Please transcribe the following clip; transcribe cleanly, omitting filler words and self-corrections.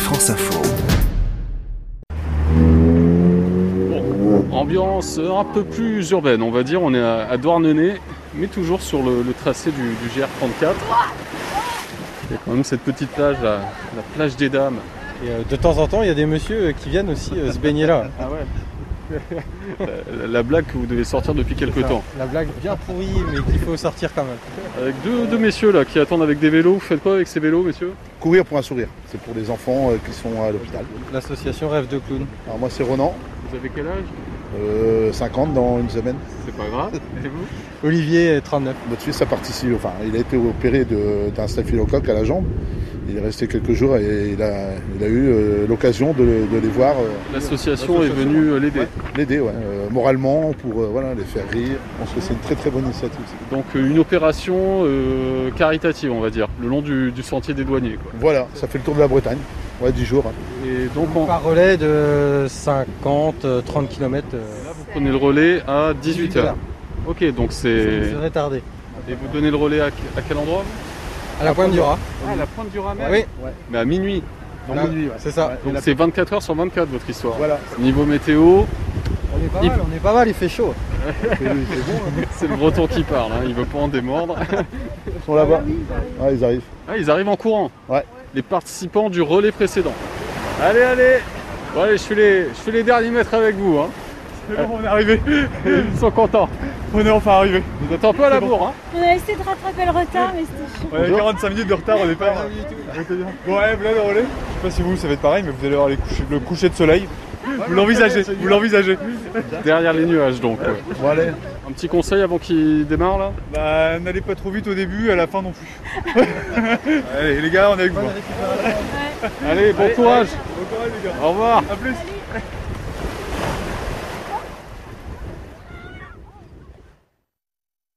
France Info. Bon, ambiance un peu plus urbaine, on va dire. On est à Douarnenez, mais toujours sur le tracé du GR34. Il y a quand même cette petite plage, la plage des Dames. Et de temps en temps, il y a des messieurs qui viennent aussi se baigner là. Ah ouais. La blague que vous devez sortir depuis quelques temps. La blague bien pourrie, mais qu'il faut sortir quand même. Avec deux messieurs là qui attendent avec des vélos. Vous faites quoi avec ces vélos, messieurs? Courir pour un sourire, c'est pour des enfants qui sont à l'hôpital. L'association Rêve de Clown. Alors moi c'est Ronan, Vous avez quel âge? 50 dans une semaine. C'est pas grave. Et vous? Olivier, 39. Notre fils a participé, enfin il a été opéré d'un staphylocoque à la jambe. Il est resté quelques jours et il a eu l'occasion de les voir. L'association est venue l'aider. L'aider, ouais, moralement, pour voilà, les faire rire. Je pense que c'est une très très bonne initiative. Donc une opération caritative, on va dire, le long du sentier des douaniers, quoi. Voilà, ça fait le tour de la Bretagne, ouais, 10 jours. Hein. Et donc Par relais de 50-30 km. là, vous prenez le relais à 18h. Ok, donc C'est retardé. Et vous donnez le relais à quel endroit? À la Pointe du Rat. Ah, la Pointe du Rat même. Oui, Mais à minuit. voilà, minuit, ouais. c'est ça. Ouais. Donc c'est 24 heures sur 24 votre histoire. Voilà. Niveau météo, On est pas mal, il fait chaud. c'est le breton qui parle, hein. Il veut pas en démordre. Ils sont là-bas. Ouais, ils arrivent. Ah, ils arrivent en courant. Ouais. Les participants du relais précédent. Allez, allez. Bon, allez, je fais les derniers mètres avec vous, hein. C'est bon, on est arrivé. Ils sont contents. On est enfin arrivé. Vous êtes un peu à la bourre, hein. On a essayé de rattraper le retard, mais c'était chaud. On a 45 minutes de retard, on est pas. Bon, ouais, là le relais. Je sais pas si vous, ça va être pareil, mais vous allez voir le coucher de soleil. Vous l'envisagez. Derrière les nuages, donc. Ouais. Bon, allez. Un petit conseil avant qu'il démarre, là. Bah, n'allez pas trop vite au début, à la fin non plus. Allez, les gars, on est avec vous. Allez, bon courage. Bon courage, les gars. Au revoir. A plus.